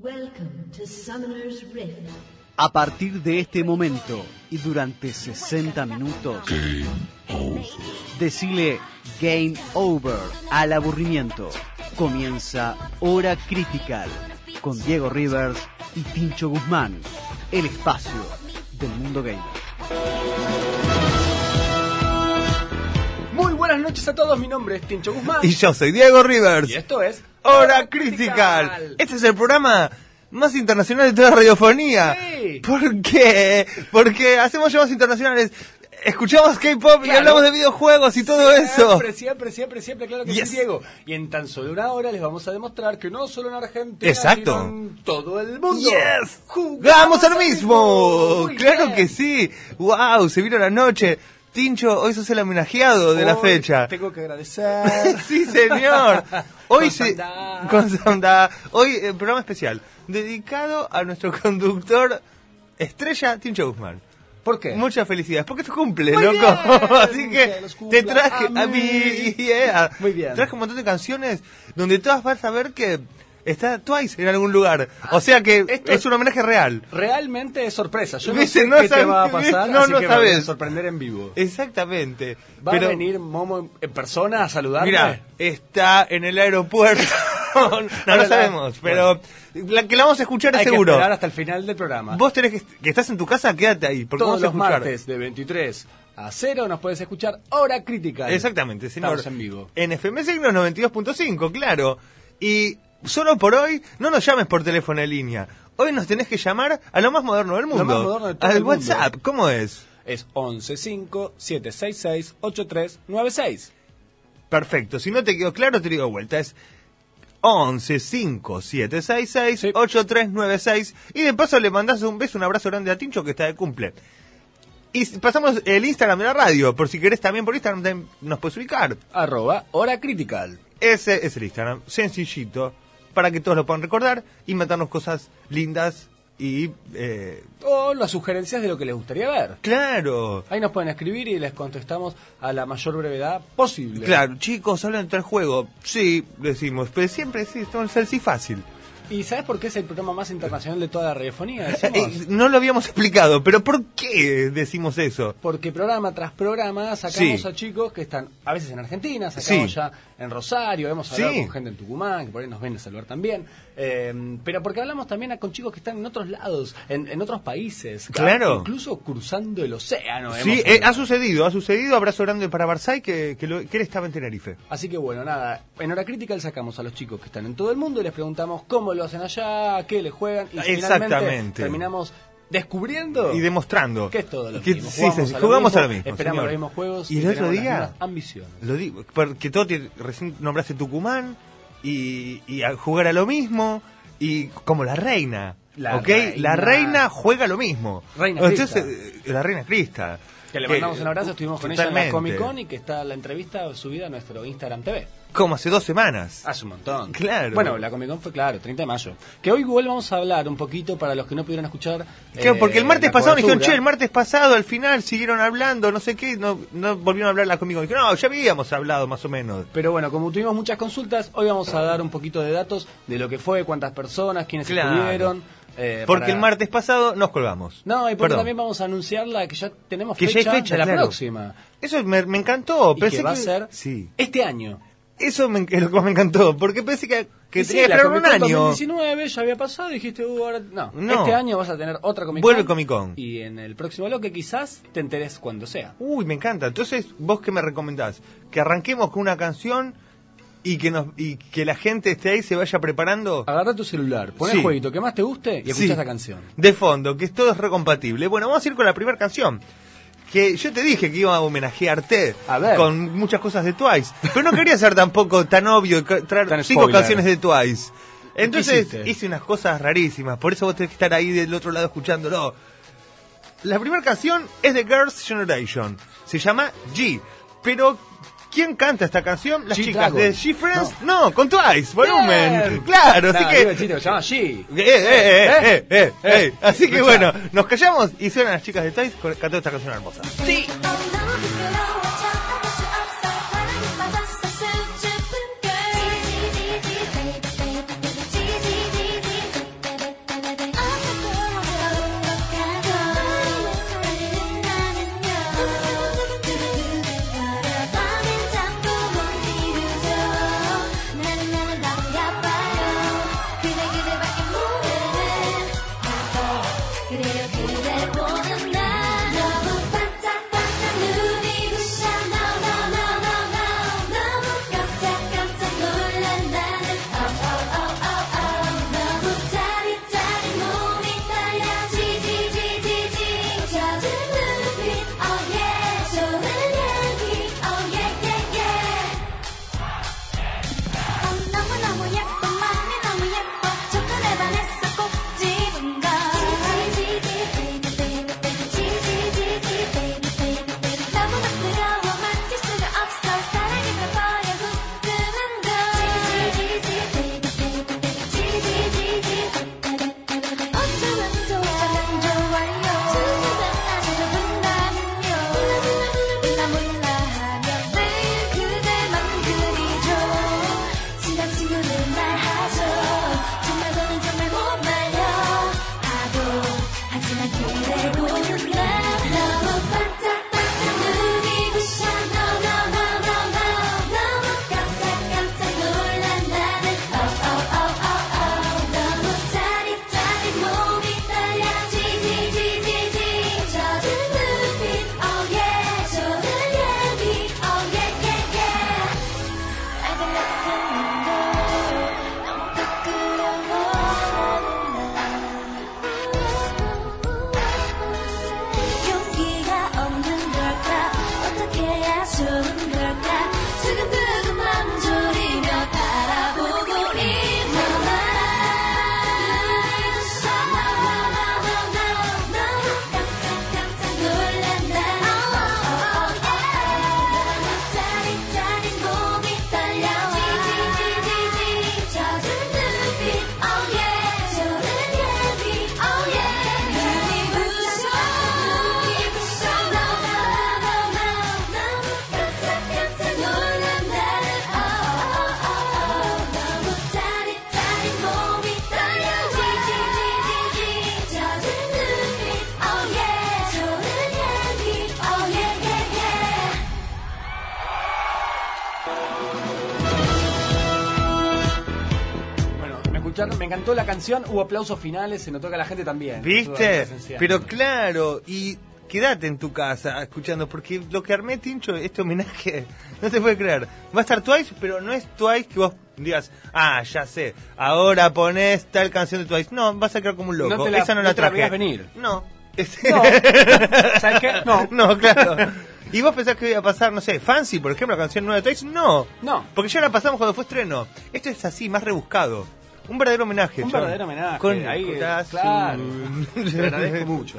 Welcome to Summoner's Rift. A partir de este momento y durante 60 minutos, decile Game Over al aburrimiento. Comienza Hora Critical con Diego Rivers y Tincho Guzmán, el espacio del mundo gamer. Muy buenas noches a todos, mi nombre es Tincho Guzmán. Y yo soy Diego Rivers. Y esto es Hora Critical. Este es el programa más internacional de toda la radiofonía. Sí. ¿Por qué? Porque hacemos llamadas internacionales, escuchamos K-pop, Claro. y hablamos de videojuegos y todo eso. Siempre, claro que Yes. sí, Diego. Y en tan solo una hora les vamos a demostrar que no solo en Argentina, Exacto. sino en todo el mundo. Yes. ¡Jugamos ¡Vamos al mismo! Muy ¡Claro bien. que sí! ¡Wow! Se vino la noche. Tincho, hoy sos el homenajeado de la Hoy fecha. Tengo que agradecer. Sí, señor. Hoy Con Sandá. Hoy programa especial dedicado a nuestro conductor estrella Tincho Guzmán. ¿Por qué? Muchas felicidades, porque es tu cumple, Muy loco. bien. Así que Que los te cumpla traje a a mí. mí. Yeah. Muy bien. Traje un montón de canciones donde todas vas a ver que está Twice en algún lugar. O sea que Esto- es un homenaje real. Realmente es sorpresa. Yo no Viste, sé no qué te sabes- va a pasar, no, así no que me voy a sabes. sorprender en vivo. Exactamente. ¿Va Pero a venir Momo en persona a saludarme? mira, está en el aeropuerto. no lo sabemos, pero la que la vamos a escuchar es Hay seguro. que esperar hasta el final del programa. Vos tenés que estás en tu casa, quédate ahí, porque Todos vamos a los escuchar. martes de 23 a 0 nos puedes escuchar Hora Crítica. Exactamente, señor. Estamos en vivo. En FM Signos 92.5, claro. Y solo por hoy, no nos llames por teléfono en línea. Hoy nos tenés que llamar a lo más moderno del mundo. más moderno de todo al el mundo. WhatsApp, ¿cómo es? Es 1157668396. Perfecto, si no te quedó claro, te digo de vuelta. Es 1157668396. Y de paso le mandás un beso, un abrazo grande a Tincho que está de cumple. Y pasamos el Instagram de la radio, por si querés también por Instagram también nos puedes ubicar. @Hora Critical. Ese es el Instagram, sencillito, para que todos lo puedan recordar y mandarnos cosas lindas y... O las sugerencias de lo que les gustaría ver. claro, Ahí nos pueden escribir y les contestamos a la mayor brevedad posible. claro, chicos, hablan de tal juego. Sí, decimos, pero siempre sí, esto es así fácil. ¿Y sabes por qué es el programa más internacional de toda la radiofonía? Decimos. No lo habíamos explicado, pero ¿por qué decimos eso? Porque programa tras programa sacamos Sí. a chicos que están a veces en Argentina, sacamos Sí. ya en Rosario, hemos hablado Sí. con gente en Tucumán, que por ahí nos ven a saludar también. Pero porque hablamos también con chicos que están en otros lados, en otros países. Claro. Incluso cruzando el océano. Sí, hemos ha hablado. sucedido. Abrazo grande para Barzai, que él estaba en Tenerife. Así que bueno, nada, en Hora Critical sacamos a los chicos que están en todo el mundo y les preguntamos cómo lo hacen allá, qué les juegan y finalmente Exactamente. terminamos descubriendo Y demostrando que es todo lo que mismo. sí, jugamos a lo mismo, esperamos señor. los mismos juegos Y el otro tenemos las día- mismas ambiciones. Lo digo, porque recién nombraste Tucumán y a jugar a lo mismo y como la reina, La ¿ok? reina. La reina juega lo mismo. Reina Entonces, la reina Crista. Que le mandamos un abrazo, estuvimos con ella en totalmente. la Comic Con y que está la entrevista subida a nuestro Instagram TV. Como hace 2 semanas. Hace un montón. Claro. Bueno, la Comic Con fue claro, 30 de mayo. Que hoy igual vamos a hablar un poquito para los que no pudieron escuchar. Claro, porque el martes la pasado me dijeron, cobertura. che, el martes pasado al final siguieron hablando, no sé qué, no volvieron a hablar la Comic Con. Dijeron, no, ya habíamos hablado más o menos. Pero bueno, como tuvimos muchas consultas, hoy vamos a dar un poquito de datos de lo que fue, cuántas personas, quiénes Claro. estuvieron. Porque para- el martes pasado nos colgamos. No, y porque Perdón. también vamos a anunciarla que ya tenemos Que ya hay fecha, de la claro. próxima. Eso me encantó. Y Pensé que va a ser Sí. este año. Eso es lo que más me encantó, porque pensé que Y sí, tenía que la esperar un Comic Con año. 2019 ya había pasado y dijiste, ahora no. No. Este año vas a tener otra Comic Con. Vuelve Comic Con. Y en el próximo bloque quizás te enteres cuando sea. Uy, me encanta. Entonces, ¿vos qué me recomendás? Que arranquemos con una canción y que la gente esté ahí, se vaya preparando Agarra tu celular, pon Sí. el jueguito que más te guste y escucha Sí. esta canción. de fondo, que todo es recompatible. Bueno, vamos a ir con la primera canción. Que yo te dije que iba a homenajearte A ver. con muchas cosas de Twice. Pero no quería ser tampoco tan obvio y traer Tan 5 spoiler. canciones de Twice. Entonces hiciste? hice unas cosas rarísimas. Por eso vos tenés que estar ahí del otro lado escuchándolo. La primera canción es de Girls' Generation. Se llama G. Pero, ¿quién canta esta canción? Las chicas G-Dragon. de G-Friends. No, con Twice, volumen. Bien. Claro, Nah, así digo que... el chiste, se llama G. Así que Escuchá. bueno, nos callamos y suenan las chicas de Twice cantando esta canción hermosa. Sí. Baby, baby, baby, baby, baby, baby, baby, baby, baby, baby, escuchar, me encantó la canción, hubo aplausos finales, se notó que a la gente también. ¿Viste? Pero claro, y quédate en tu casa escuchando, porque lo que armé, Tincho, este homenaje, no te puede creer. Va a estar Twice, pero no es Twice que vos digas, ya sé, ahora ponés tal canción de Twice. No, vas a quedar como un loco. Esa no la traje. No venir. No. No. ¿Sabes qué? No. No, claro. ¿Y vos pensás que iba a pasar, no sé, Fancy, por ejemplo, la canción nueva de Twice? No. No. Porque ya la pasamos cuando fue estreno. Esto es así, más rebuscado. Un verdadero homenaje. Un verdadero homenaje. Con ahí, Nicolás, claro. Te agradezco mucho.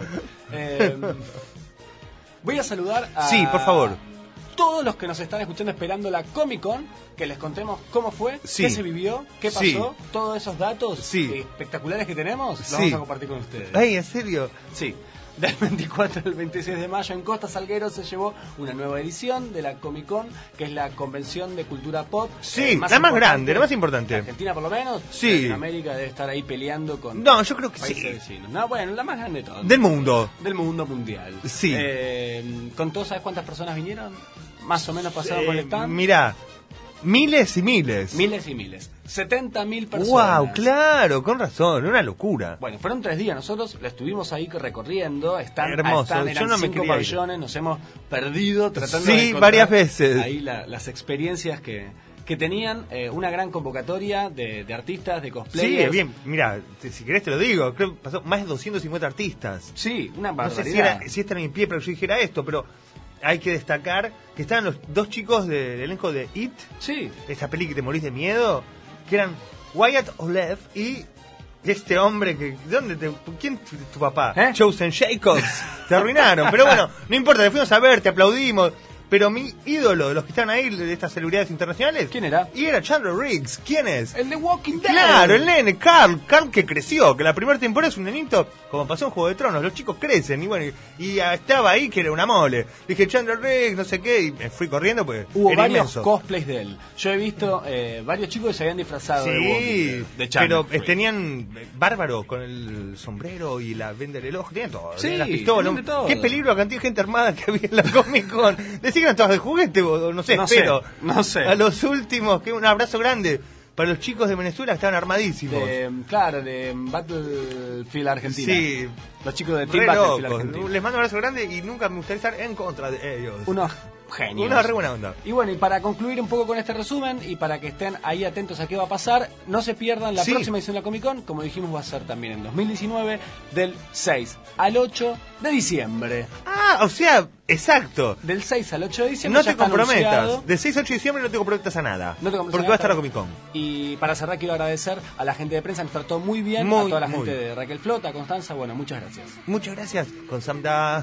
Voy a saludar a... Sí, por favor. Todos los que nos están escuchando esperando la Comic Con, que les contemos cómo fue, Sí. qué se vivió, qué pasó, Sí. todos esos datos Sí. espectaculares que tenemos, los Sí. vamos a compartir con ustedes. Ay, ¿en serio? Sí. Del 24 al 26 de mayo en Costa Salguero se llevó una nueva edición de la Comic Con, que es la convención de cultura pop. Sí, la más grande, la más importante. Argentina por lo menos. Sí. En América debe estar ahí peleando con No, yo creo que países sí. vecinos. No, bueno, la más grande de todas. Del mundo. Del mundo mundial. Sí. ¿Con todo sabes cuántas personas vinieron? Más o menos pasaron por el stand. Mirá, miles y miles. Miles y miles. 70.000 personas. Wow, claro, con razón, una locura. Bueno, fueron 3 días. Nosotros la estuvimos ahí recorriendo. Hermoso, eran yo no me 5 quería ir. pabellones. Nos hemos perdido tratando Sí, de encontrar varias veces. ahí las experiencias que tenían. Una gran convocatoria de artistas, de Sí, cosplayers. bien, mira, si querés te lo digo, creo que pasó más de 250 artistas. Sí, una No sé barbaridad. si está en mi pie para que yo dijera esto, pero hay que destacar que estaban los dos chicos del elenco de It, Sí. esa peli que te morís de miedo, que eran Wyatt Olev y este hombre que... ¿Quién es tu papá? Chosen Jacobs. Te arruinaron, pero bueno, no importa, te fuimos a ver, te aplaudimos. Pero mi ídolo de los que están ahí, de estas celebridades internacionales... ¿Quién era? Y era Chandler Riggs. ¿Quién es? El de Walking Dead. Claro, el nene, Carl que creció, que la primera temporada es un nenito, como pasó en Juego de Tronos, los chicos crecen, y bueno, y estaba ahí que era una mole. Dije, Chandler Riggs, no sé qué, y me fui corriendo, pues Hubo era varios inmenso. cosplays de él. Yo he visto varios chicos que se habían disfrazado de Walking Sí, Dead, de Chandler pero Riggs. tenían bárbaro con el sombrero y la venda del ojo, tenían todo, Sí, las pistolas. tenían de todo. Qué peligro la cantidad de gente armada que había en la Comic Con. Decían que eran todas de juguete, o no sé, No espero. no sé. A los últimos, que un abrazo grande para los chicos de Venezuela que estaban armadísimos. Claro, de Battlefield Argentina. Sí. Los chicos de Team Re Battlefield locos. Argentina. Les mando un abrazo grande y nunca me gustaría estar en contra de ellos. Unos genios. Una re buena onda. Y bueno, y para concluir un poco con este resumen y para que estén ahí atentos a qué va a pasar, no se pierdan la Sí. próxima edición de la Comic Con, como dijimos va a ser también en 2019, del 6 al 8 de diciembre. O sea, exacto. Del 6 al 8 de diciembre No ya te está comprometas. anunciado. De 6 a 8 de diciembre no te comprometas a nada. No te comprometas porque va a estar nada. la Comic Con. Y para cerrar quiero agradecer a la gente de prensa, nos trató muy bien, Muy, a toda la muy. gente de Raquel Flota, Constanza, bueno, muchas gracias. Muchas gracias. Con Samda.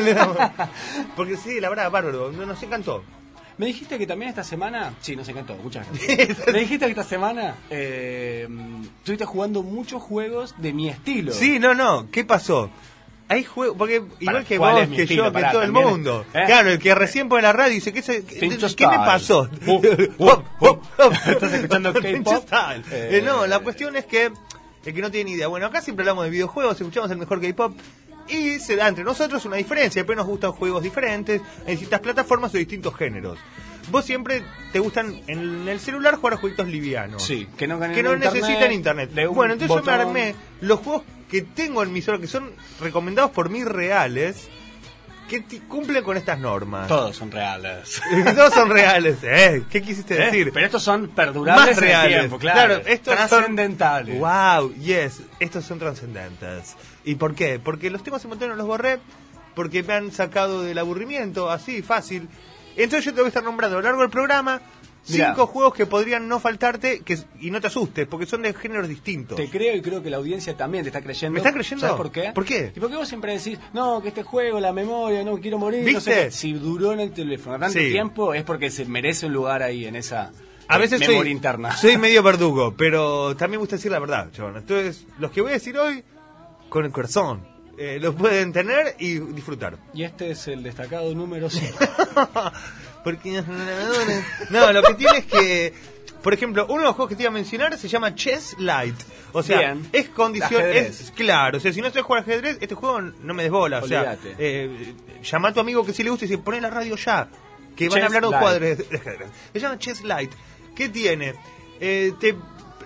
Porque sí, la verdad, bárbaro. Nos encantó. Me dijiste que también esta semana... Sí, nos encantó, muchas gracias. Me dijiste que esta semana estuviste jugando muchos juegos de mi estilo. Sí, no. ¿Qué pasó? Hay juegos, porque igual que ¿cuál vos, es mi que estilo? yo, que Pará, todo el también mundo. es- ¿eh? Claro, el que recién pone la radio y dice, Pincho ¿qué me Style. pasó? ¿Estás escuchando Pincho K-pop? Style. No, la cuestión es que el que no tiene ni idea. Bueno, acá siempre hablamos de videojuegos, escuchamos el mejor K-pop y se da entre nosotros una diferencia, pero nos gustan juegos diferentes en distintas plataformas o distintos géneros. Vos siempre te gustan en el celular jugar a jueguitos livianos. Sí, que no necesitan internet. de un Bueno, entonces yo me botón. armé los juegos que tengo en mi celular, que son recomendados por mí reales, que cumplen con estas normas. Todos son reales. Todos son reales. ¿Qué quisiste decir? Pero estos son perdurables Más en el reales. tiempo, claro. estos trascendentales. Wow, yes, estos son trascendentes. ¿Y por qué? Porque los temas simultáneos los borré, porque me han sacado del aburrimiento, así, fácil. Entonces yo te voy a estar nombrando a lo largo del programa Mirá. 5 juegos que podrían no faltarte y no te asustes, porque son de géneros distintos. Te creo y creo que la audiencia también te está creyendo. ¿Me está creyendo? ¿Sabes por qué? ¿Por qué? Y porque vos siempre decís, no, que este juego, la memoria, no quiero morir. ¿Viste? No sé qué. Si duró en el teléfono tanto Sí. tiempo es porque se merece un lugar ahí en esa A veces memoria interna. soy medio verdugo, pero también me gusta decir la verdad, chabón. Entonces, los que voy a decir hoy, con el corazón, los pueden tener y disfrutar. Y este es el destacado número 5. Porque no, lo que tiene es que, por ejemplo, uno de los juegos que te iba a mencionar se llama Chess Light. O sea, Bien. es condición, Ajedrez. claro, o sea, si no sabes jugar ajedrez, este juego no me desbola. O sea, Olvídate. llama a tu amigo que sí le gusta y dice, poné la radio ya, que van Chess a hablar dos Light. cuadros de ajedrez. Se llama Chess Light. ¿Qué tiene?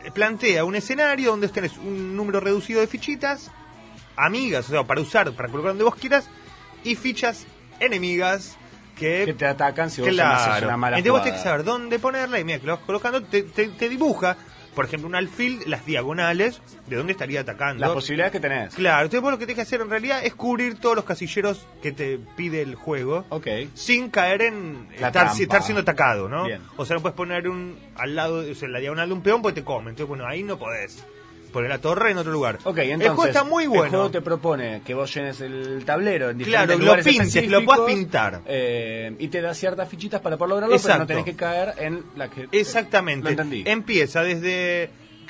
plantea un escenario donde tenés un número reducido de fichitas, amigas, o sea, para usar, para colocar donde vos quieras, y fichas enemigas que te atacan si vos haces claro. una mala Entonces vos jugada. tenés que saber dónde ponerla y mira que lo vas colocando, te dibuja, por ejemplo, un alfil, las diagonales de dónde estaría atacando. Las posibilidades que tenés. Claro, entonces vos lo que tenés que hacer en realidad es cubrir todos los casilleros que te pide el juego. Ok. Sin caer en La estar trampa. siendo atacado, ¿no? Bien. O sea, no puedes poner al lado, o sea, en la diagonal de un peón porque te come. Entonces, bueno, ahí no podés. Poner la torre en otro lugar. Ok, entonces, el juego está muy el bueno. juego te propone que vos llenes el tablero en Claro, diferentes lo lugares pintes, que lo específicos, puedas pintar. Y te da ciertas fichitas para poder lograrlo, pero no Exacto. tenés que caer en la que... Exactamente. Lo entendí. Empieza desde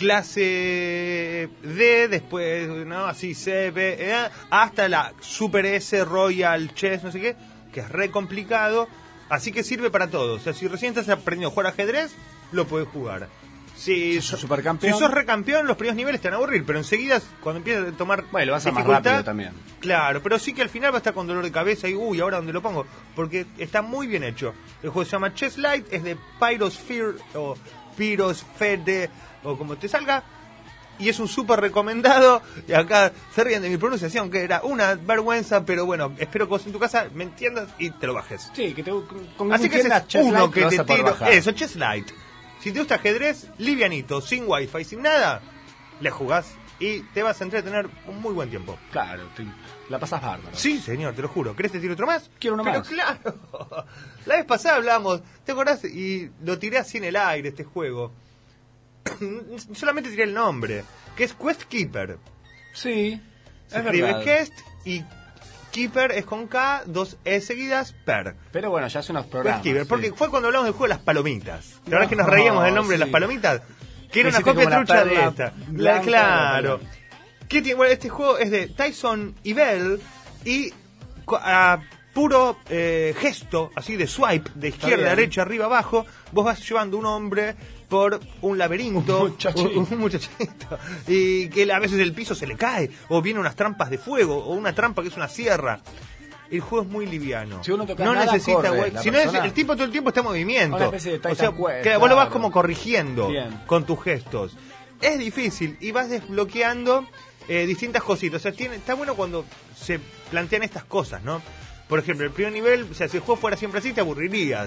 clase D, después, ¿no? Así C, B, hasta la Super S, Royal, Chess, no sé qué, que es re complicado. Así que sirve para todo. O sea, si recién estás aprendiendo a jugar ajedrez, lo puedes jugar. Si sos supercampeón. Si sos recampeón, los primeros niveles te van a aburrir, pero enseguida, cuando empiezas a tomar Bueno, lo vas a más dificultad, rápido también. Claro, pero sí que al final va a estar con dolor de cabeza y, uy, ¿ahora dónde lo pongo? Porque está muy bien hecho. El juego se llama Chess Light, es de Pyrosphere o Pyrosphere, o como te salga, y es un súper recomendado. Y acá se ríen de mi pronunciación, que era una vergüenza, pero bueno, espero que vos en tu casa me entiendas y te lo bajes. Sí, que con Así que ese entiendas es Chess uno Light, que lo te vas a poder tiro. bajar. Eso, Chess Light. Si te gusta ajedrez, livianito, sin wifi, sin nada, le jugás y te vas a entretener un muy buen tiempo. Claro, la pasás bárbaro. Sí, señor, te lo juro. ¿Querés te tiro otro más? Quiero uno Pero más. claro. La vez pasada hablamos, ¿te acordás? Y lo tiré así en el aire, este juego. Solamente tiré el nombre, que es Quest Keeper. Sí, Se es escribe verdad. Quest y Keeper es con K, 2 E seguidas, Per. Pero bueno, ya hace unos programas. Quest Keeper, porque sí. fue cuando hablamos del juego de las palomitas. ¿La verdad No, que nos reíamos del nombre sí. de las palomitas? Que era Me una hiciste copia como una trucha de perla esta. blanca Claro. de la ¿Qué tiene? Bueno, este juego es de Tyson y Bell y a puro gesto, así de swipe, de izquierda bien. a derecha, arriba, abajo, vos vas llevando un hombre por un laberinto, Un muchachito. un muchachito, y que a veces el piso se le cae, o vienen unas trampas de fuego, o una trampa que es una sierra. El juego es muy liviano. Si uno toca no nada, necesita corre web. la Si no es, persona. el tipo todo el tiempo está en movimiento. Una especie de Titan o sea, Quest, que vos lo vas claro. como corrigiendo Bien. con tus gestos. Es difícil y vas desbloqueando distintas cositas. O sea, está bueno cuando se plantean estas cosas, ¿no? Por ejemplo, el primer nivel, o sea, si el juego fuera siempre así, te aburrirías.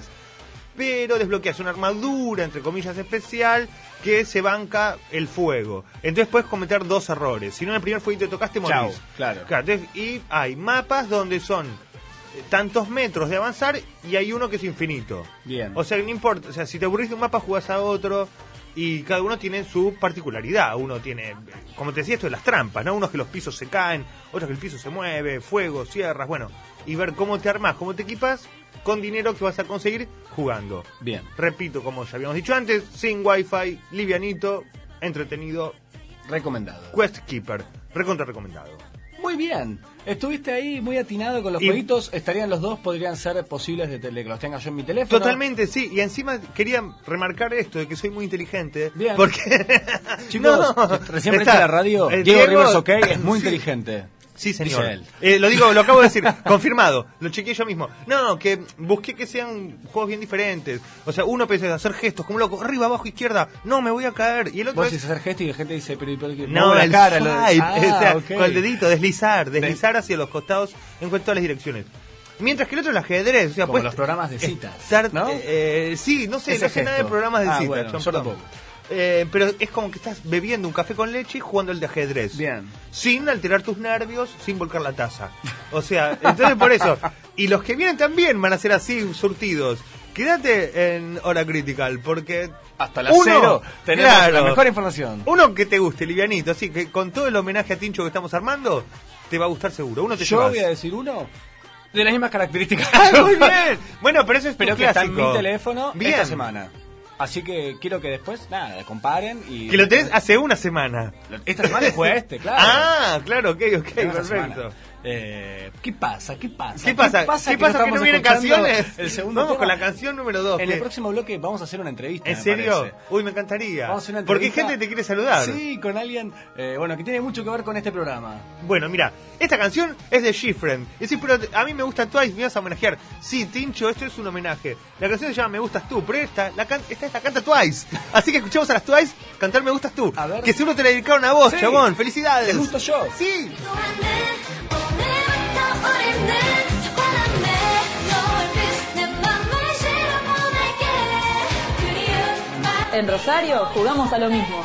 Pero desbloqueas una armadura, entre comillas, especial, que se banca el fuego. Entonces puedes cometer 2 errores. Si no, en el primer fuego te tocaste, morís. Chau, claro. Entonces, y hay mapas donde son tantos metros de avanzar y hay uno que es infinito. Bien. O sea, no importa. O sea, si te aburrís de un mapa, jugás a otro. Y cada uno tiene su particularidad. Uno tiene, como te decía, esto de las trampas, ¿no? Unos que los pisos se caen, otros que el piso se mueve, fuego, sierras, bueno. Y ver cómo te armás, cómo te equipas con dinero que vas a conseguir jugando. Bien. Repito, como ya habíamos dicho antes, sin wifi, livianito, entretenido, Recomendado. Quest Keeper, recontra recomendado. Muy bien. Estuviste ahí muy atinado con los Y- jueguitos. Estarían los dos, podrían ser posibles de que los tenga yo en mi teléfono. Totalmente, sí. Y encima quería remarcar esto de que soy muy inteligente. Bien. Porque. Chicos, recién prendiste la radio. Diego Rivers OK es muy sí. inteligente. Sí, señor. Dice él. Lo acabo de decir, confirmado. Lo chequeé yo mismo. No, que busqué que sean juegos bien diferentes. O sea, uno piensa hacer gestos como loco, arriba, abajo, izquierda. No, me voy a caer. Y el otro Vos es. decís hacer gestos y la gente dice, pero No, la el cara. swipe, o sea, ok. con el dedito, deslizar hacia los costados en todas las direcciones. Mientras que el otro es el ajedrez, o sea, Como pues, los programas de citas, estar, ¿no? Sí, no sé, Ese no sé nada de gesto. programas de Ah, citas. bueno, John, yo perdón. tampoco. Pero es como que estás bebiendo un café con leche y jugando el de ajedrez. Bien. Sin alterar tus nervios, sin volcar la taza. O sea, entonces por eso. Y los que vienen también van a ser así, surtidos. Quédate en Hora Critical, porque... Hasta las 0 tenemos la mejor información. Uno que te guste, livianito, así que con todo el homenaje a Tincho que estamos armando, te va a gustar seguro. Uno te Yo llevas. voy a decir uno de las mismas características. ¡Ah, muy bien! Bueno, pero eso es Pero tu que está en clásico. mi teléfono Bien. esta semana. Así que quiero que después, nada, comparen y... Que lo tenés hace una semana. Esta semana juega este, claro. Ah, claro, ok, Tenemos esta perfecto. semana. ¿Qué pasa? ¿Qué pasa que no vienen canciones? El segundo Vamos tema? con la canción número 2. En el próximo bloque vamos a hacer una entrevista. ¿En me serio? parece. Uy, me encantaría. Vamos a hacer una Porque entrevista. gente te quiere saludar. Sí, con alguien que tiene mucho que ver con este programa. Bueno, mira, esta canción es de Schifrin. Y sí, pero a mí me gusta Twice, me vas a homenajear. Sí, Tincho, esto es un homenaje. La canción se llama Me Gustas Tú, pero esta la canta Twice. Así que escuchemos a las Twice cantar Me Gustas Tú. A ver. Que seguro te la dedicaron a vos, Sí. chabón. ¡Felicidades! ¿Te gusto yo? Sí. En Rosario jugamos a lo mismo.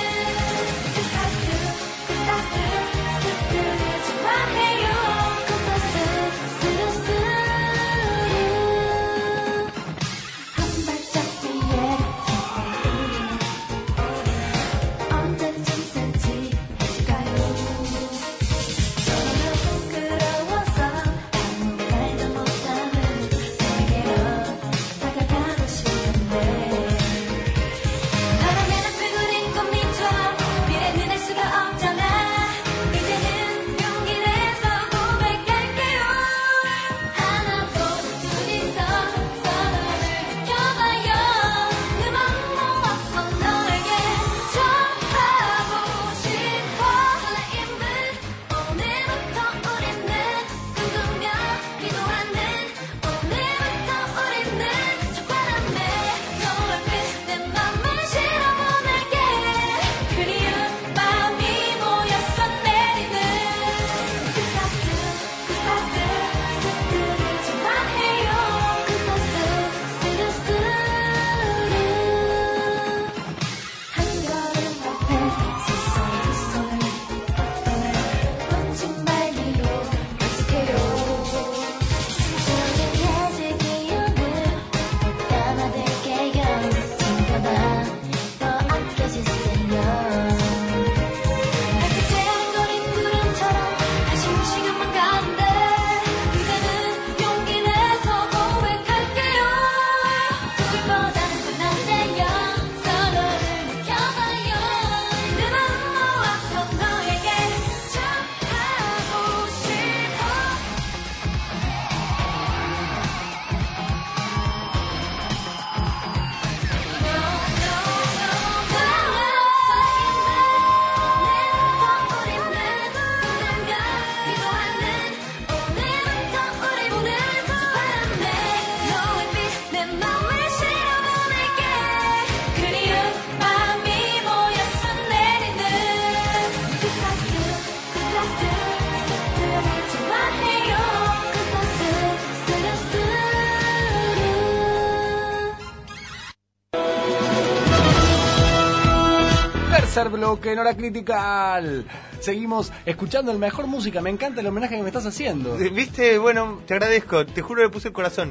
Tercer bloque en Hora Critical. Seguimos escuchando el mejor música. Me encanta el homenaje que me estás haciendo. Viste, bueno, te agradezco. Te juro que le puse el corazón.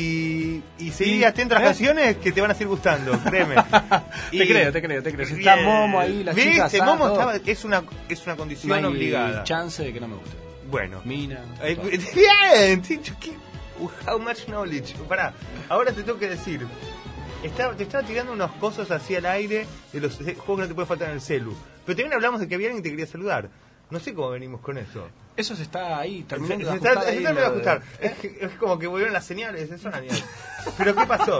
Y seguí atento a las canciones que te van a seguir gustando, créeme. Te creo. Si está Momo ahí, las chicas. ¿Viste? Momo todo. es una condición No hay obligada. chance de que no me guste. Bueno. Mina. Bien, Tincho, how much knowledge. Pará, ahora te tengo que decir. Te estaba tirando unos cosas así al aire de los juegos que no te puede faltar en el celu. Pero también hablamos de que había alguien que te quería saludar. No sé cómo venimos con eso. Eso se está ahí terminando Se de está ajustar ahí, terminando de ajustar. ¿eh? Es como que volvieron las señales, eso no es. Pero ¿qué pasó?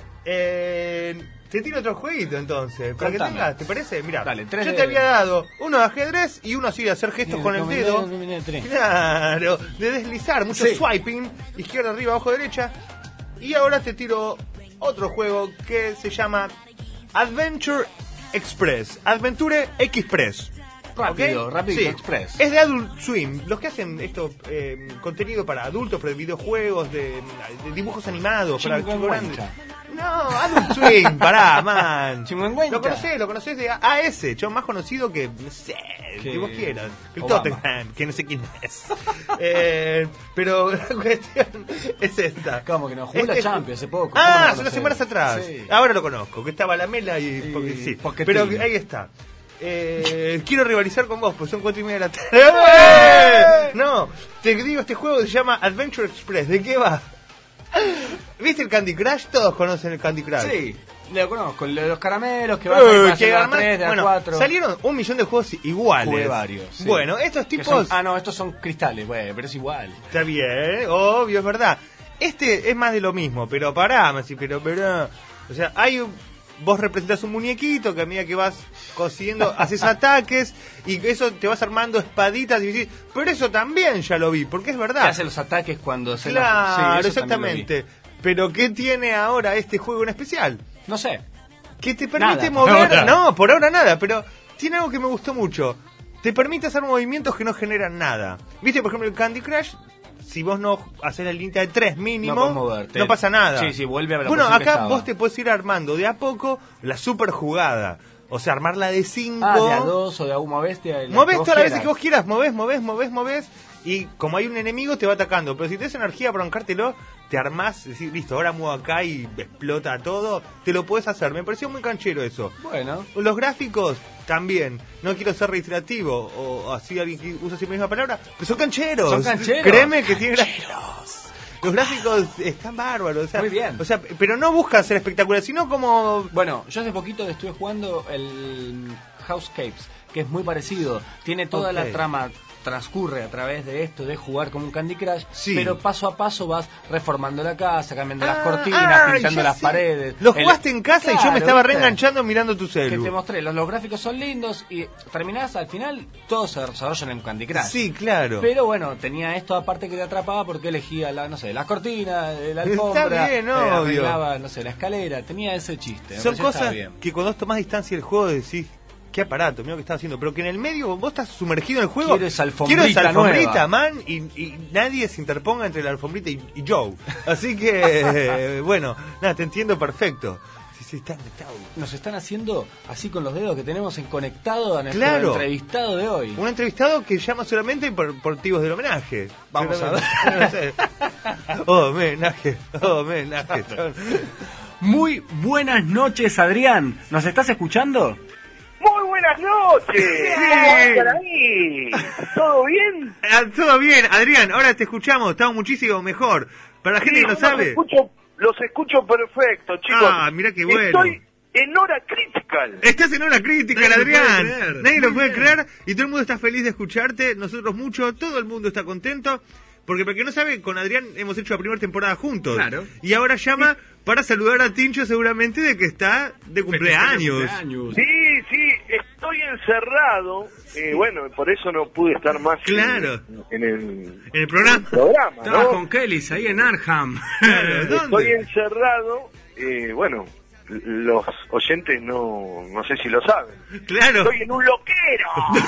Te tiro otro jueguito entonces, para Contame. que tengas, ¿te parece? Mira, Dale, yo te había dado uno de ajedrez y uno así de hacer gestos con el dedo. Claro, de deslizar, mucho Sí. swiping, izquierda, arriba, abajo, derecha. Y ahora te tiro otro juego que se llama Adventure Express. Adventure Express. Rápido, ¿Ok? rápido, Sí. Express. Es de Adult Swim, los que hacen esto, contenido para adultos, para videojuegos, de dibujos animados, para chicos grandes. No, Adult Swim, pará, man. Chingüengüencha. Lo conocés de AS, yo más conocido que, no sé, que vos quieras. El Obama. Tottenham, que no sé quién es. Pero la cuestión es esta. ¿Cómo que no? Jugó la Champions hace poco. Ah, ¿Cómo no hace unas conocés? semanas atrás. Sí. Ahora lo conozco, que estaba la Mela y... Porque, sí, pero ahí está. Quiero rivalizar con vos, pues son 4:30 de la tarde. No, te digo, este juego se llama Adventure Express. ¿De qué va? ¿Viste el Candy Crush? Todos conocen el Candy Crush. Sí. Lo conozco, el de los caramelos que bajan para hacer la 3, de la bueno, 4. salieron 1 millón de juegos iguales. Jugué varios. Sí. Bueno, estos Que tipos... son, estos son cristales, bueno, pero es igual. Está bien, obvio, es verdad. Este es más de lo mismo, pero pará, pero... O sea, vos representás un muñequito que a medida que vas consiguiendo, haces ataques y eso te vas armando espaditas y decís, pero eso también ya lo vi, porque es verdad. Que hace los ataques cuando se Claro, sí, exactamente. Pero ¿qué tiene ahora este juego en especial? No sé. Que te permite Nada, mover... por ahora. No, por ahora nada, pero tiene algo que me gustó mucho. Te permite hacer movimientos que no generan nada. ¿Viste, por ejemplo, el Candy Crush? Si vos no haces la línea de 3 mínimo, podés moverte. No pasa nada. Sí, vuelve a la Bueno, posición que acá estaba. vos te puedes ir armando de a poco la super jugada. O sea, armarla de 5. De a 2 o de a 1 bestia. Movés todas las veces que vos quieras, movés. Y como hay un enemigo, te va atacando. Pero si tenés energía para bancártelo, te armás, decís, listo, ahora muevo acá y explota todo. Te lo puedes hacer. Me pareció muy canchero eso. Bueno. Los gráficos también. No quiero ser reiterativo o así alguien que usa siempre la misma palabra, pero son cancheros. Son cancheros. Créeme que tienen gráficos. Los gráficos están bárbaros. O sea, muy bien. O sea, pero no buscan ser espectaculares, sino como... Bueno, yo hace poquito estuve jugando el Housecapes, que es muy parecido. Tiene toda la trama, transcurre a través de esto, de jugar como un Candy Crush, pero paso a paso vas reformando la casa, cambiando las cortinas, pintando las paredes. Lo jugaste en casa y yo me estaba ¿viste? reenganchando mirando tu Que celu. te mostré, los gráficos son lindos y terminás al final, todos se desarrollan en Candy Crush. Sí, claro. Pero bueno, tenía esto aparte que te atrapaba porque elegía las cortinas, la alfombra, Está bien, obvio. arreglaba, la escalera, tenía ese chiste. Son cosas que cuando vos tomás distancia del juego decís, qué aparato, mira lo que estás haciendo. Pero que en el medio vos estás sumergido en el juego. Quiero esa alfombrita nueva. man, y nadie se interponga entre la alfombrita y Joe. Así que, bueno, nada, te entiendo perfecto. Sí, está. Nos están haciendo así con los dedos que tenemos en conectado a nuestro entrevistado de hoy. Un entrevistado que llama solamente por motivos del homenaje. Vamos a ver. No sé. Homenaje. Muy buenas noches, Adrián. ¿Nos estás escuchando? Muy buenas noches. ¿Cómo andan ahí? ¿Todo bien? Todo bien, Adrián. Ahora te escuchamos. Estamos muchísimo mejor. Para la gente que no sabe. Los escucho perfecto, chicos. Mirá qué bueno. Estoy en hora critical. Estás en hora critical, Adrián. Nadie lo puede creer y todo el mundo está feliz de escucharte. Nosotros mucho, todo el mundo está contento. Porque para que no sabe, con Adrián hemos hecho la primera temporada juntos. Claro. Y ahora llama para saludar a Tincho seguramente de que está de cumpleaños. Sí, estoy encerrado. Bueno, por eso no pude estar más en el programa. Estabas con Kellys ahí en Arham. Claro, ¿dónde? Estoy encerrado. Bueno, los oyentes no sé si lo saben. Claro. Estoy en un loquero.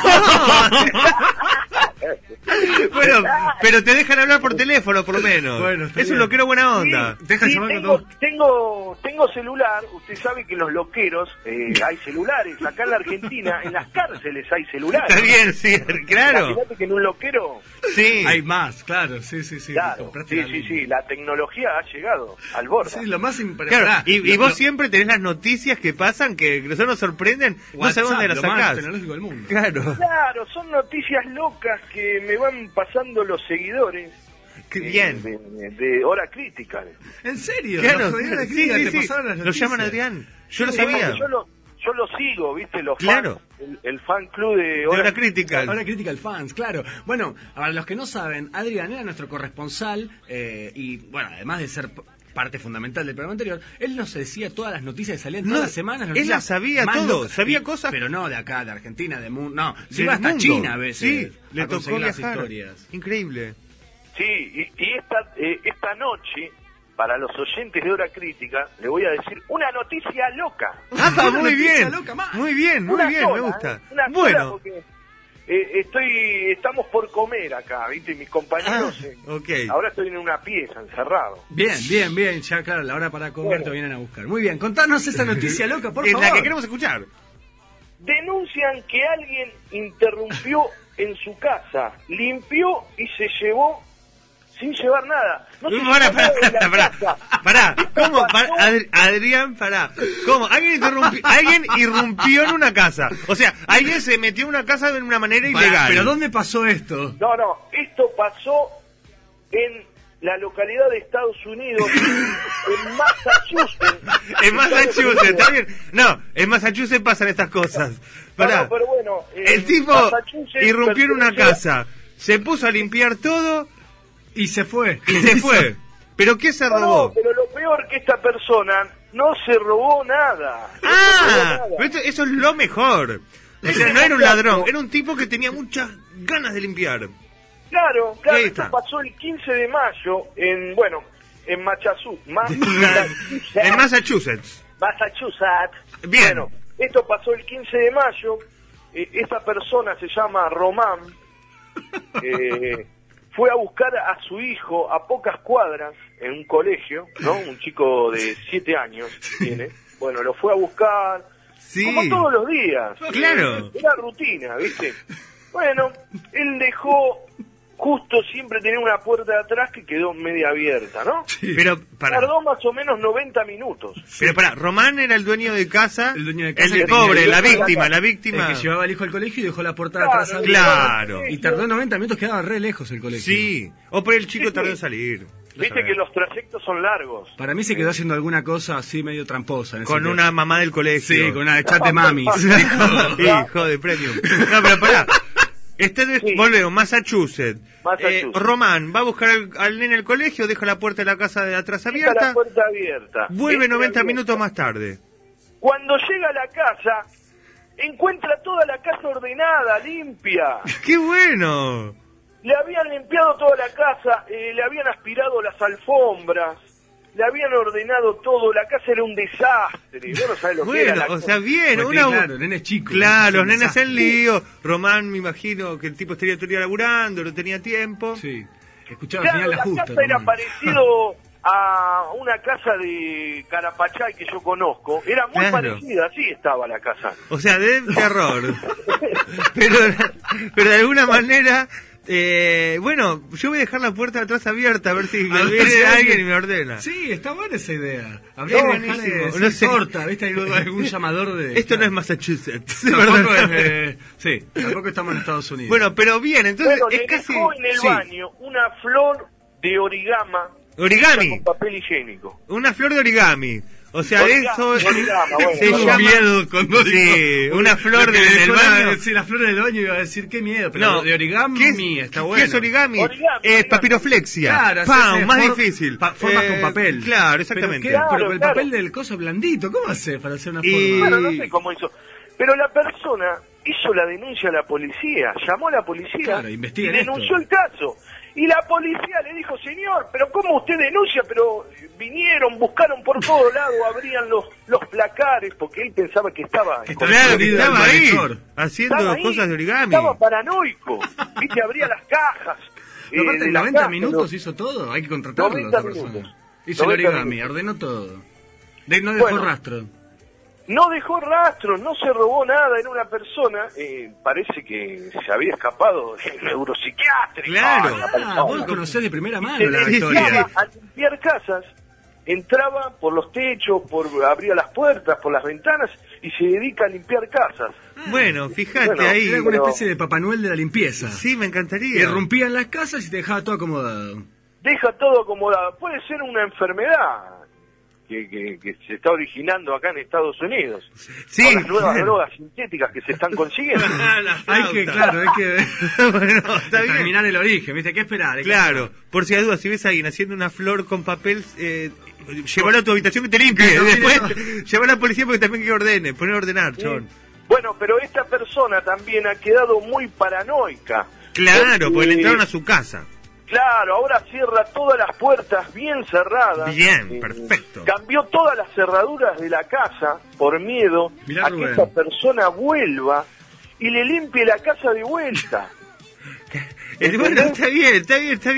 Bueno, pero te dejan hablar por teléfono, por lo menos. Bueno, es un loquero buena onda. Sí, tengo celular. Usted sabe que en los loqueros hay celulares. Acá en la Argentina, en las cárceles hay celulares. Está bien, sí, claro. Imagínate que en un loquero... Sí. Hay más, claro, sí. Claro, sí, la tecnología ha llegado al borde. Sí, lo más impresionante. Claro, y vos siempre tenés las noticias que pasan que nosotros nos sorprenden. No sabemos dónde las lo más sacás. tecnológico del mundo. Claro, son noticias locas que me van pasando los seguidores. Bien. De Hora Critical. ¿En serio? Claro, sí. Lo llaman Adrián. Yo lo sabía. Yo lo sigo, ¿viste? Los claro. fans, el fan club de Hora Critical. Hora Critical Fans, claro. Bueno, para los que no saben, Adrián era nuestro corresponsal y, bueno, además de ser parte fundamental del programa anterior, él nos decía todas las noticias que salían todas las semanas. Él las sabía todo, locas, sabía cosas. Pero no de acá, de Argentina, de mundo. No, se del iba hasta mundo. China a veces. Sí, le tocó las viajar. historias. Increíble. Sí, y esta noche, para los oyentes de Hora Crítica, le voy a decir una noticia loca. Muy bien, muy bien, me gusta. Bueno. Porque estamos por comer acá, ¿viste? Mis compañeros. Ahora estoy en una pieza, encerrado. Bien. Ya, claro, la hora para comer te vienen a buscar. Muy bien, contanos esa noticia loca, por favor. La que queremos escuchar. Denuncian que alguien interrumpió en su casa, limpió y se llevó sin llevar nada. No se Pará. ¿Cómo? Adrián, pará. ¿Cómo? Alguien irrumpió en una casa. O sea, alguien se metió en una casa de una manera ilegal. ¿Pero dónde pasó esto? No, esto pasó en la localidad de Estados Unidos, en Massachusetts. En Massachusetts, está bien. No, en Massachusetts pasan estas cosas. Pará. No, pero bueno, el tipo irrumpió en una casa, se puso a limpiar todo y se fue. ¿Pero qué se robó? No, pero lo peor que esta persona no se robó nada. Pero eso es lo mejor. O sea, no era un ladrón, era un tipo que tenía muchas ganas de limpiar. Claro, esto pasó el 15 de mayo en Massachusetts. En Massachusetts. Bien. Bueno, esto pasó el 15 de mayo. Esta persona se llama Román. Fue a buscar a su hijo a pocas cuadras en un colegio, ¿no? Un chico de 7 años tiene. Bueno, lo fue a buscar, como todos los días. Claro. Era rutina, ¿viste? Bueno, él dejó, justo siempre tenía una puerta de atrás que quedó media abierta, ¿no? Sí. Pero tardó más o menos 90 minutos. Pero Román era el dueño de casa, el pobre, la víctima. El que llevaba al hijo al colegio y dejó la puerta de atrás. Claro. Y tardó 90 minutos, quedaba re lejos el colegio. Sí, o por el chico tardó en salir. Viste que los trayectos son largos. Para mí se quedó haciendo alguna cosa así medio tramposa. Con una mamá del colegio. Sí, con una chat de mamis. Hijo de premium. No, pero pará. Volvemos, Massachusetts. Román va a buscar al nene al colegio, deja la puerta de la casa de atrás abierta. Vuelve 90 minutos más tarde. Cuando llega a la casa, encuentra toda la casa ordenada, limpia. ¡Qué bueno! Le habían limpiado toda la casa, le habían aspirado las alfombras, le habían ordenado todo, la casa era un desastre. Vos no sabés lo que era. O sea, bien, claro, nene chico. Claro, los nenes en lío. Román, me imagino que el tipo estaría todo el día laburando, no tenía tiempo. Sí, escuchaba al final la justa. La casa era parecido a una casa de Carapachay que yo conozco. Era muy parecida, así estaba la casa. O sea, de terror. pero de alguna manera... bueno, yo voy a dejar la puerta de atrás abierta a ver si me viene alguien y me ordena. Sí, está buena esa idea. Habría que dejar no sé. corta, ¿viste? Algún llamador de... Esto no es Massachusetts. Tampoco estamos en Estados Unidos. Bueno, pero bien, entonces le dejó en el baño una flor de origami con papel higiénico. Una flor de origami. O sea, eso se llama miedo cuando una flor del baño. Sí, la flor del baño iba a decir qué miedo, pero no, de origami está bueno. ¿Qué es origami? Es papiroflexia. Claro, más difícil. Formas con papel. Claro, exactamente. Pero el papel del coso blandito, ¿cómo hace para hacer una forma? Bueno, no sé cómo hizo. Pero la persona hizo la denuncia a la policía, llamó a la policía y denunció el caso. Y la policía le dijo, señor, pero ¿cómo usted denuncia? Pero vinieron, buscaron por todos lados, abrían los placares, porque él pensaba que estaba ahí, haciendo cosas de origami. Estaba paranoico, viste, abría las cajas. Aparte en 90 minutos hizo todo, hay que contratarlo a esa persona. Hizo el origami, ordenó todo. No dejó rastro. No dejó rastro, no se robó nada, era una persona, parece que se había escapado del neuropsiquiátrico. Claro, vos conocés de primera mano la historia. A limpiar casas, entraba por los techos, abría las puertas, por las ventanas y se dedica a limpiar casas. Bueno, fíjate ahí. Era una especie de Papá Noel de la limpieza. Sí, me encantaría. Irrumpía en las casas y te dejaba todo acomodado. Deja todo acomodado. Puede ser una enfermedad que se está originando acá en Estados Unidos. Sí, con las nuevas drogas sintéticas que se están consiguiendo. hay que bueno, está bien. Terminar el origen, ¿viste? Hay que esperar. Claro, por si hay dudas, si ves a alguien haciendo una flor con papel, llévala a tu habitación que te limpie. Después llévala a la policía porque también que ordene, poner a ordenar, chabón. Bueno, pero esta persona también ha quedado muy paranoica. Claro, porque le entraron a su casa. Claro, ahora cierra todas las puertas bien cerradas. Bien, perfecto. Cambió todas las cerraduras de la casa por miedo a que esa persona vuelva y le limpie la casa de vuelta. Bueno, está bien. Está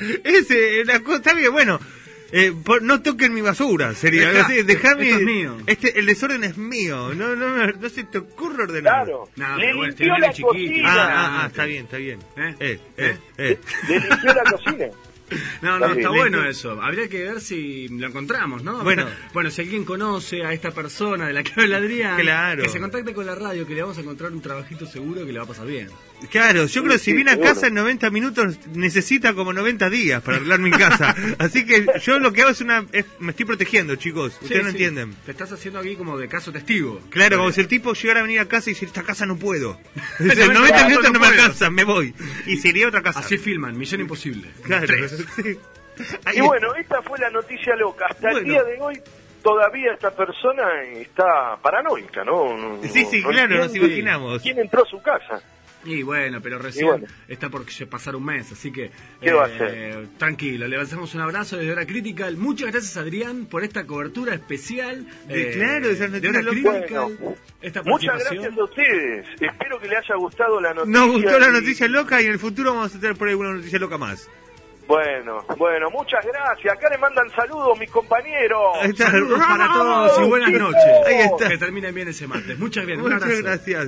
bien, bueno. No toquen mi basura, sería así, dejame, esto es mío. El desorden es mío, no se te ocurre ordenar. Claro, le limpió la cocina. Está bien. Le limpió la cocina. No, está bueno eso. Habría que ver si lo encontramos, ¿no? Bueno, si alguien conoce a esta persona de la que habla Adrián, que se contacte con la radio, que le vamos a encontrar un trabajito seguro que le va a pasar bien. Claro, yo creo que si viene a casa en 90 minutos, necesita como 90 días para arreglar mi casa. Así que yo lo que hago me estoy protegiendo, chicos. Ustedes no entienden. Te estás haciendo aquí como de caso testigo. Claro, como si el tipo llegara a venir a casa y dice, esta casa no puedo. En 90 minutos no me alcanza, me voy. Y sería otra casa. Así filman, Misión Imposible. Claro. Sí. Y bueno, esta fue la noticia loca. Hasta el día de hoy todavía esta persona está paranoica, ¿no? Sí, claro, nos imaginamos. ¿Quién entró a su casa? Y bueno, pero recién está por pasar un mes, así que ¿qué va a hacer? Tranquilo, le lanzamos un abrazo desde Hora Critical. Muchas gracias, Adrián, por esta cobertura especial de Hora Critical. Muchas gracias a ustedes. Espero que le haya gustado la noticia. Nos gustó la noticia loca y en el futuro vamos a tener por ahí una noticia loca más. Bueno, muchas gracias. Acá le mandan saludos mis compañeros. Saludos para todos y buenas noches. Ahí está. Que terminen bien ese martes. Muchas gracias.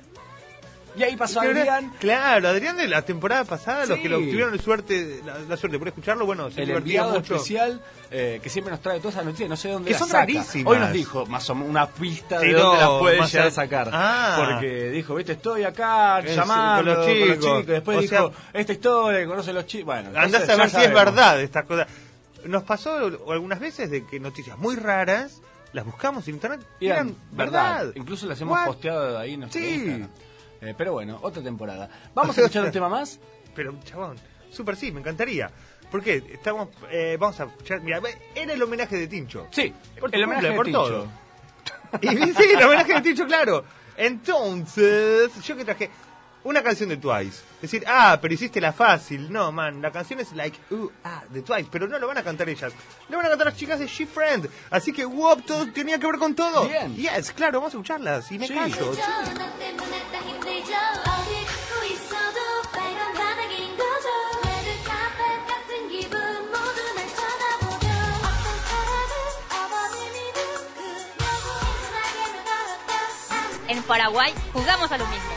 Y ahí pasó Adrián. Claro, Adrián de la temporada pasada, los que lo tuvieron la suerte por escucharlo, bueno, se el enviado mucho. Especial que siempre nos trae todas esas noticias, no sé dónde que son saca. Rarísimas. Hoy nos dijo más o menos una pista de dónde las puede llegar a sacar. Porque dijo, viste, estoy acá llamando con los chicos. Después dijo, esta historia que conoce los chicos. Bueno, andás a ver si es verdad estas cosas. Nos pasó algunas veces de que noticias muy raras las buscamos en internet y eran verdad. Incluso las hemos posteado ahí en nuestro Instagram. Pero bueno, otra temporada. ¿Vamos a escuchar un tema más? Pero, chabón, súper sí, me encantaría. ¿Por qué? Vamos a escuchar... Mira, era el homenaje de Tincho. Sí, el homenaje de Tincho. Todo. Y sí, el homenaje de Tincho, claro. Entonces, yo que traje una canción de Twice. Decir, pero hiciste la fácil. No, man, la canción es like, de Twice. Pero no lo van a cantar ellas. Lo van a cantar las chicas de She Friend. Así que, todo tenía que ver con todo. Bien. Yes, claro, vamos a escucharlas. Y me callo. Sí. En Paraguay jugamos a lo mismo.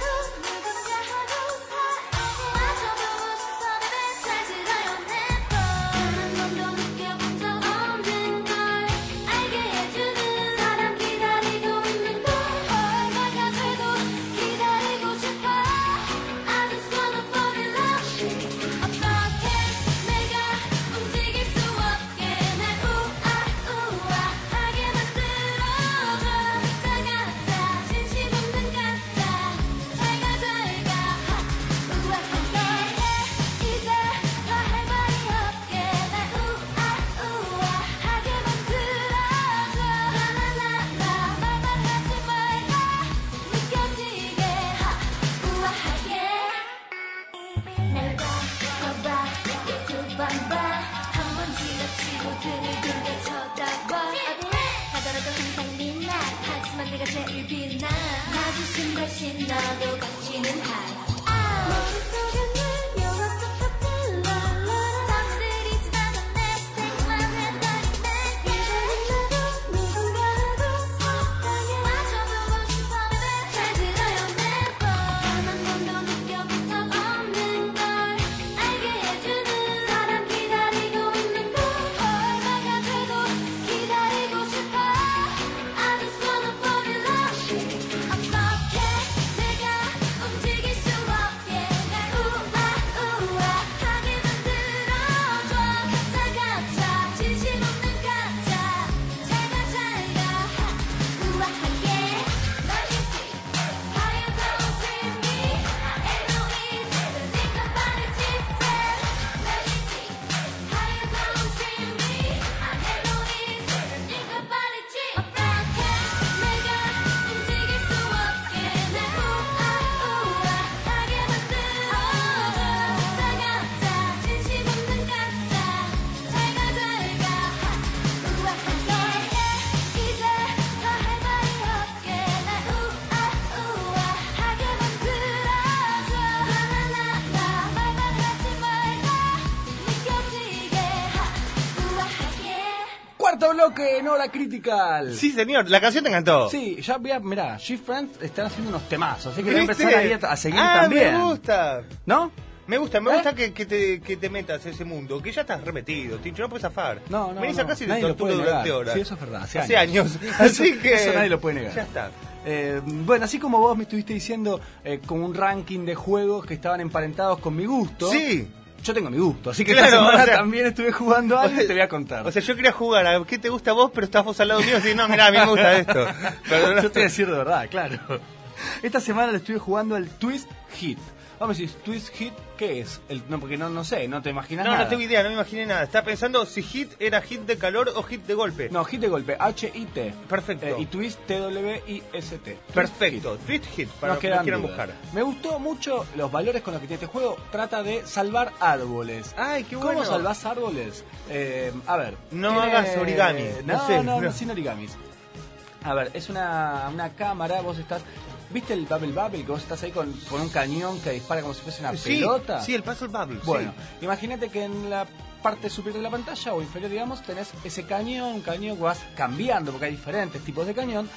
Bloque en Hora Critical. Sí, señor, la canción te encantó. Sí, ya mirá, She Friends están haciendo unos temazos, así que voy a empezar ahí a seguir también. Me gusta. ¿No? Me gusta que te metas en ese mundo, que ya estás remetido, Tincho, no puedes zafar. No. Venís acá y te nadie lo torturo puede durante negar. horas. Sí, eso es verdad. Hace años. Así que... Eso nadie lo puede negar. Ya está. Bueno, así como vos me estuviste diciendo con un ranking de juegos que estaban emparentados con mi gusto. Sí. Yo tengo mi gusto, así que claro, esta semana o sea, también estuve jugando algo y te voy a contar. O sea, yo quería jugar a qué te gusta a vos, pero estás vos al lado mío y decís, no, mirá, a mí me gusta esto. Pero yo te voy a decir de verdad, claro. Esta semana le estuve jugando al Twist Hit. Vamos a decir, Twist Hit, ¿qué es? No, porque no sé, no te imaginas nada. No tengo idea, no me imaginé nada. Estaba pensando si hit era hit de calor o hit de golpe. No, hit de golpe, H-I-T. Perfecto. Y Twist, T-W-I-S-T. Perfecto. Twist Hit, para los que lo quieran buscar. Me gustó mucho los valores con los que tiene este juego. Trata de salvar árboles. Ay, qué bueno. ¿Cómo salvás árboles? A ver. No hagas origami. No, sin origamis. A ver, es una cámara, vos estás... ¿Viste el Bubble Bubble? Que vos estás ahí con un cañón que dispara como si fuese una pelota. Sí, el Puzzle Bubble. Bueno, imagínate que en la parte superior de la pantalla o inferior, digamos, tenés ese cañón que vas cambiando porque hay diferentes tipos de cañón.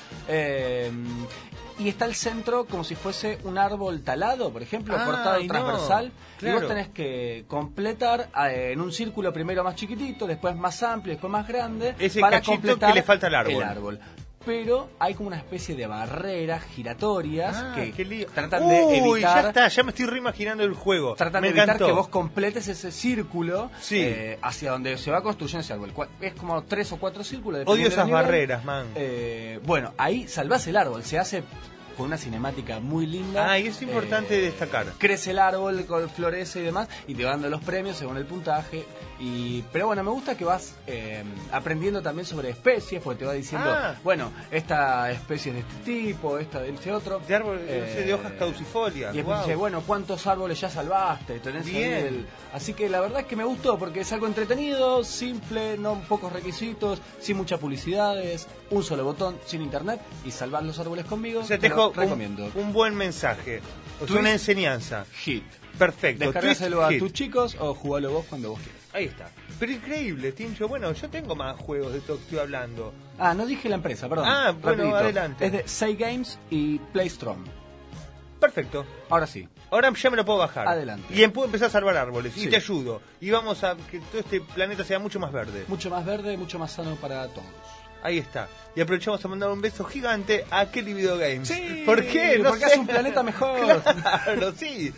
Y está el centro como si fuese un árbol talado, por ejemplo, cortado transversal. Claro. Y vos tenés que completar en un círculo primero más chiquitito, después más amplio, después más grande. Ese para cachito completar que le falta al árbol. Pero hay como una especie de barreras giratorias que tratan de evitar... ya está, ya me estoy reimaginando el juego. Tratan de evitar que vos completes ese círculo hacia donde se va construyendo ese árbol. Es como 3 o 4 círculos. Odio esas barreras, man. Bueno, ahí salvás el árbol, se hace con una cinemática muy linda. Y es importante destacar. Crece el árbol, florece y demás, y te van dando los premios según el puntaje. Pero bueno, me gusta que vas aprendiendo también sobre especies, porque te va diciendo, bueno, esta especie es de este tipo, esta de este otro. De árbol, de hojas caducifolias. Y después dice, bueno, ¿cuántos árboles ya salvaste? Tenés bien. Así que la verdad es que me gustó, porque es algo entretenido, simple, no pocos requisitos, sin muchas publicidades, un solo botón, sin internet, y salvar los árboles conmigo. O sea, te dejo recomiendo. Un buen mensaje, una enseñanza. Hit. Perfecto. Descargáselo a tus chicos o jugalo vos cuando vos quieras. Ahí está. Pero increíble, Tincho. Bueno, yo tengo más juegos de todo que estoy hablando. No dije la empresa, perdón. Bueno, rapidito. adelante. Es de Say Games y Playstrong. Perfecto. Ahora sí. Ahora ya me lo puedo bajar. Adelante. Y puedo empezar a salvar árboles. Y te ayudo. Y vamos a que todo este planeta sea mucho más verde. Mucho más verde, mucho más sano para todos. Ahí está. Y aprovechamos a mandar un beso gigante a Kelly Video Games. Sí. ¿Por qué? Porque es un planeta mejor. Claro, sí.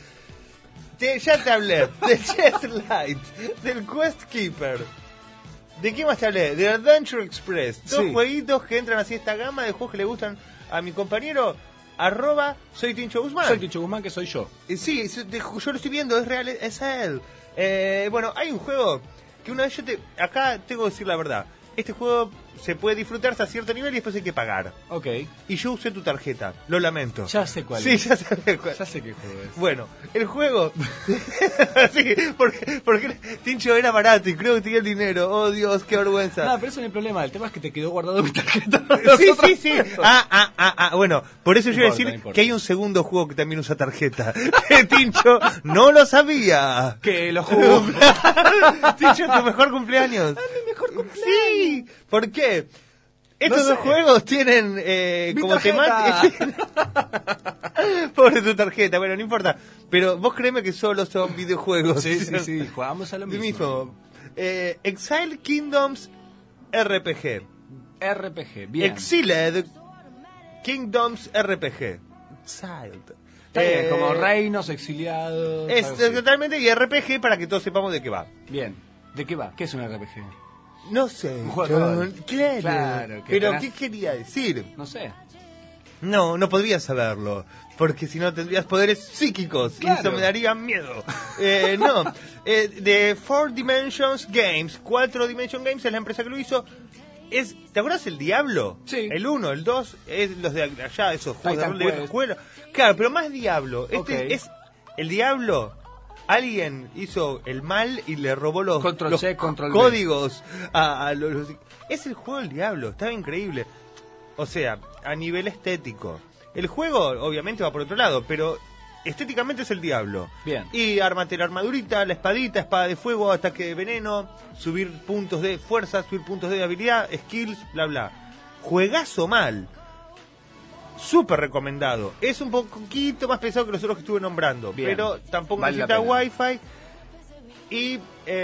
Ya te hablé de Chess Light, del Quest Keeper. ¿De qué más te hablé? De Adventure Express. Dos jueguitos que entran así a esta gama de juegos que le gustan a mi compañero. Soy Tincho Guzmán. Soy Tincho Guzmán, que soy yo. Sí, yo lo estoy viendo, es real, es a él. Bueno, hay un juego que una vez acá tengo que decir la verdad. Este juego se puede disfrutar hasta cierto nivel y después hay que pagar. Ok. Y yo usé tu tarjeta, lo lamento. Ya sé cuál es. Sí, ya sé cuál. Ya sé qué juego es. Bueno, el juego... sí, porque Tincho era barato y creo que tenía el dinero. Oh, Dios, qué vergüenza. No, pero eso no es el problema. El tema es que te quedó guardado mi tarjeta. Sí. Bueno, por eso yo iba a decir que hay un segundo juego que también usa tarjeta. Que Tincho no lo sabía. Que lo jugó. Tincho, tu mejor cumpleaños. Mi mejor cumpleaños. Sí, ¿por qué? Estos dos juegos tienen como temática... Pobre tu tarjeta, bueno, no importa. Pero vos créeme que solo son videojuegos. Sí, jugamos a lo mismo. Exile Kingdoms RPG, bien. Exiled Kingdoms RPG. Exiled. Como reinos exiliados. Es totalmente y RPG para que todos sepamos de qué va. Bien. ¿De qué va? ¿Qué es un RPG? No sé. Claro. Pero ¿qué quería decir? No sé. No podría saberlo. Porque si no tendrías poderes psíquicos. Y eso me daría miedo. De 4 Dimensions Games. 4 Dimension Games es la empresa que lo hizo. ¿Te acuerdas el Diablo? Sí. El 1, el 2, es los de allá, esos juegos de rol de vieja escuela. Claro, pero más Diablo. Es el Diablo. Alguien hizo el mal y le robó los códigos a los... Es el juego del Diablo, estaba increíble. O sea, a nivel estético. El juego obviamente va por otro lado, pero estéticamente es el Diablo. Bien. Y ármate la armadurita, la espadita, espada de fuego, ataque de veneno, subir puntos de fuerza, subir puntos de habilidad, skills, bla bla. Juegazo mal. súper recomendado. Es un poquito más pesado que los otros que estuve nombrando, bien, pero tampoco vale necesita Wi-Fi. Y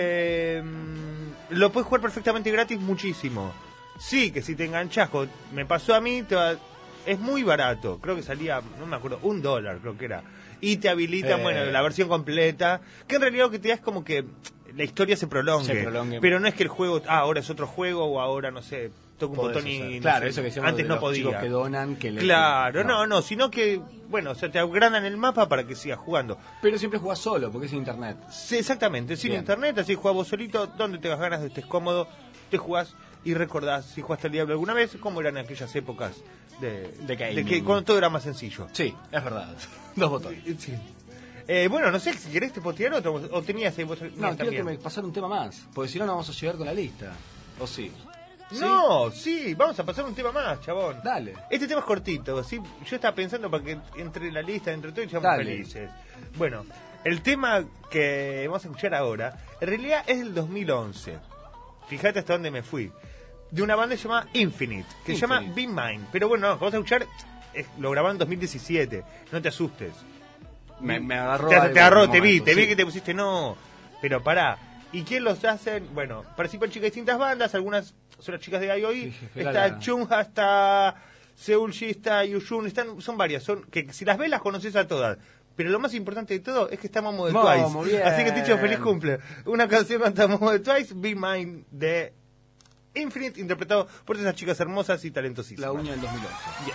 lo puedes jugar perfectamente gratis muchísimo. Sí, que si te enganchás, me pasó a mí, es muy barato. Creo que salía, no me acuerdo, $1 creo que era. Y te habilitan, la versión completa, que en realidad lo que te da es como que la historia se prolongue. Pero no es que el juego, ahora es otro juego, o ahora, no sé, toco un botón y... Claro, no sé, eso que decíamos antes de no los podía. chicos que donan, que Claro, no, sino que, bueno, o sea, te agrandan el mapa para que sigas jugando. Pero siempre jugás solo, porque es internet. Sí, exactamente, sin internet, así jugás vos solito, donde te das ganas, estés cómodo, te jugás y recordás, si jugaste al Diablo alguna vez, cómo eran aquellas épocas de que cuando todo era más sencillo. Sí, es verdad. 2 botones. Sí. Bueno, no sé, si querés te puedo tirar otro, o tenías ahí vos. No, quiero que me pasara un tema más, porque si no, no vamos a llegar con la lista. ¿O sí? No, sí, vamos a pasar un tema más, chabón. Dale. Este tema es cortito, ¿sí? Yo estaba pensando para que entre la lista, entre todo, y seamos felices. Bueno, el tema que vamos a escuchar ahora, en realidad es del 2011. Fíjate hasta dónde me fui. De una banda llamada Infinite, que se llama Be Mine. Pero bueno, vamos a escuchar, lo grabaron en 2017, no te asustes. Me agarró. Te agarró, te vi que te pusiste, no. Pero pará. ¿Y quién los hacen? Bueno, participan chicas de distintas bandas, algunas son las chicas de IOI, está Chungha, está Seulgi, está Yushun, son varias, que si las ves las conoces a todas. Pero lo más importante de todo es que está Momo de Twice. Bien. Así que te dicho feliz cumple. Una canción canta Momo de Twice, Be Mine de Infinite, interpretado por esas chicas hermosas y talentosísimas. La uña del 2011. Yes.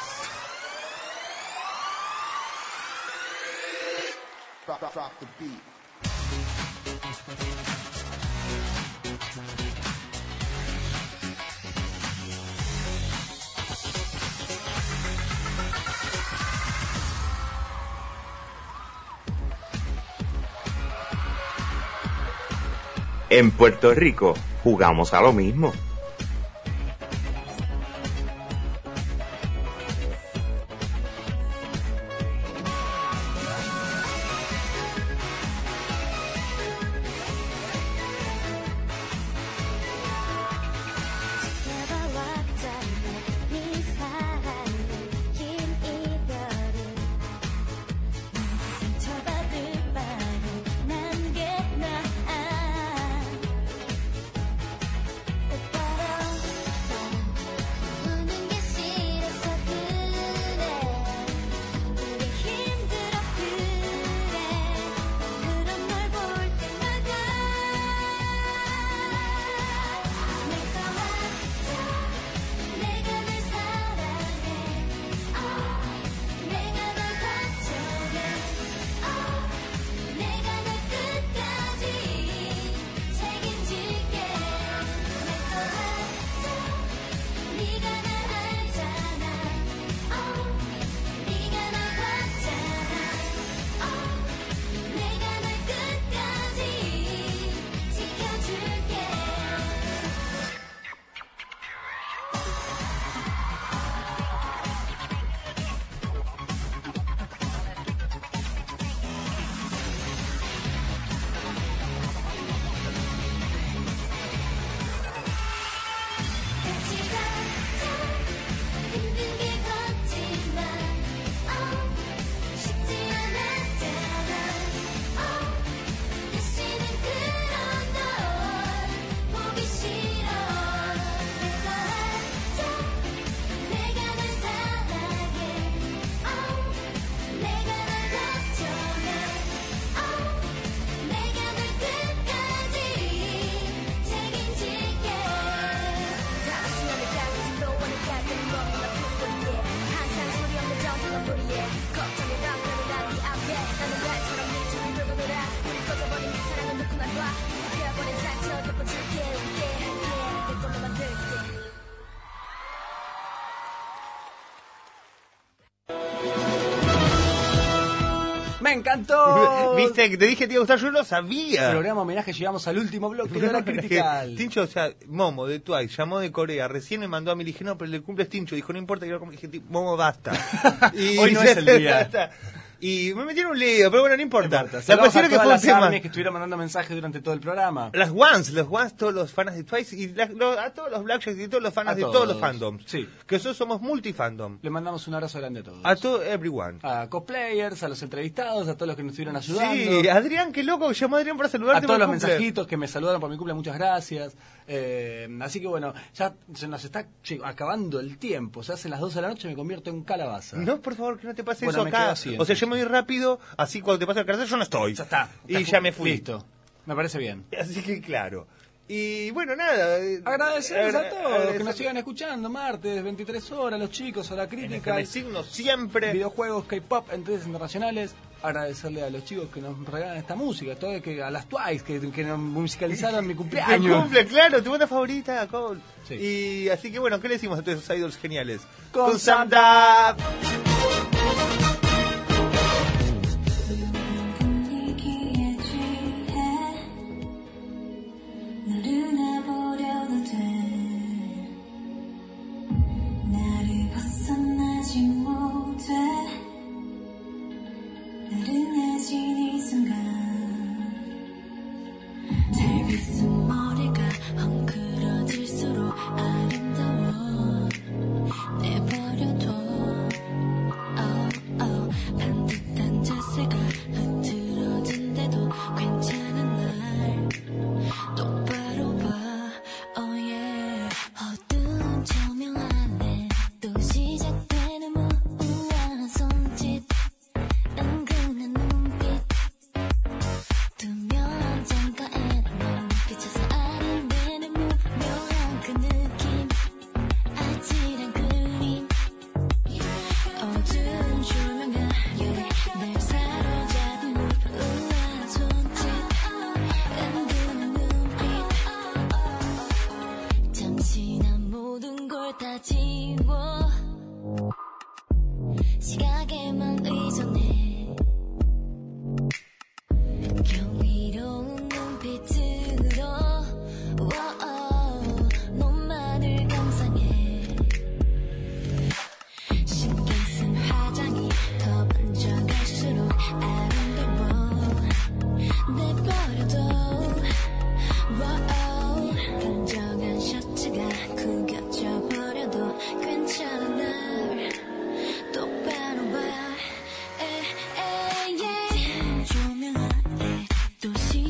Drop the beat. En Puerto Rico jugamos a lo mismo. ¡Me encantó! Viste que te dije que te iba a gustar, yo lo sabía. Programa homenaje, llegamos al último bloque de la Critical. Tincho, o sea, Momo de Twice llamó de Corea, recién me mandó a mí, le dije, no, pero el cumple es Tincho, dijo, no importa, dije, Momo, basta. Y hoy no es el día. Y me metieron un lío, pero bueno, no importa. La cuestión es que fue un tema que estuvieron mandando mensajes durante todo el programa. Los ones, todos los fans de Twice y a todos los Blackjacks y todos los fans de todos los fandoms. Sí. Que nosotros somos multifandom. Le mandamos un abrazo grande a todos. A todo, everyone. A cosplayers, a los entrevistados, a todos los que nos estuvieron ayudando. Sí, Adrián, qué loco, llamó a Adrián para saludarte. A todos los mensajitos que me saludaron por mi cumple, muchas gracias. Así que bueno, ya se nos está acabando el tiempo. Se hacen las 12 de la noche y me convierto en calabaza. No, por favor, que no te pase bueno, eso acá. O sea, yo me voy rápido, así cuando te pase el cartel yo no estoy. Ya está. Y ya me fui. Listo. Me parece bien. Así que claro. Y bueno, nada. Agradecerles a todos que nos sigan escuchando. Martes, 23 horas, los chicos, a la crítica. Me signo siempre. Videojuegos, K-pop, entrevistas internacionales. Agradecerle a los chicos que nos regalan esta música. Todo que a las Twice que nos musicalizaron mi cumpleaños. Mi cumple, claro, tu banda favorita, Cole. Sí. Y así que bueno, ¿qué le decimos a todos esos idols geniales? Con Santa. 조명 아래 도시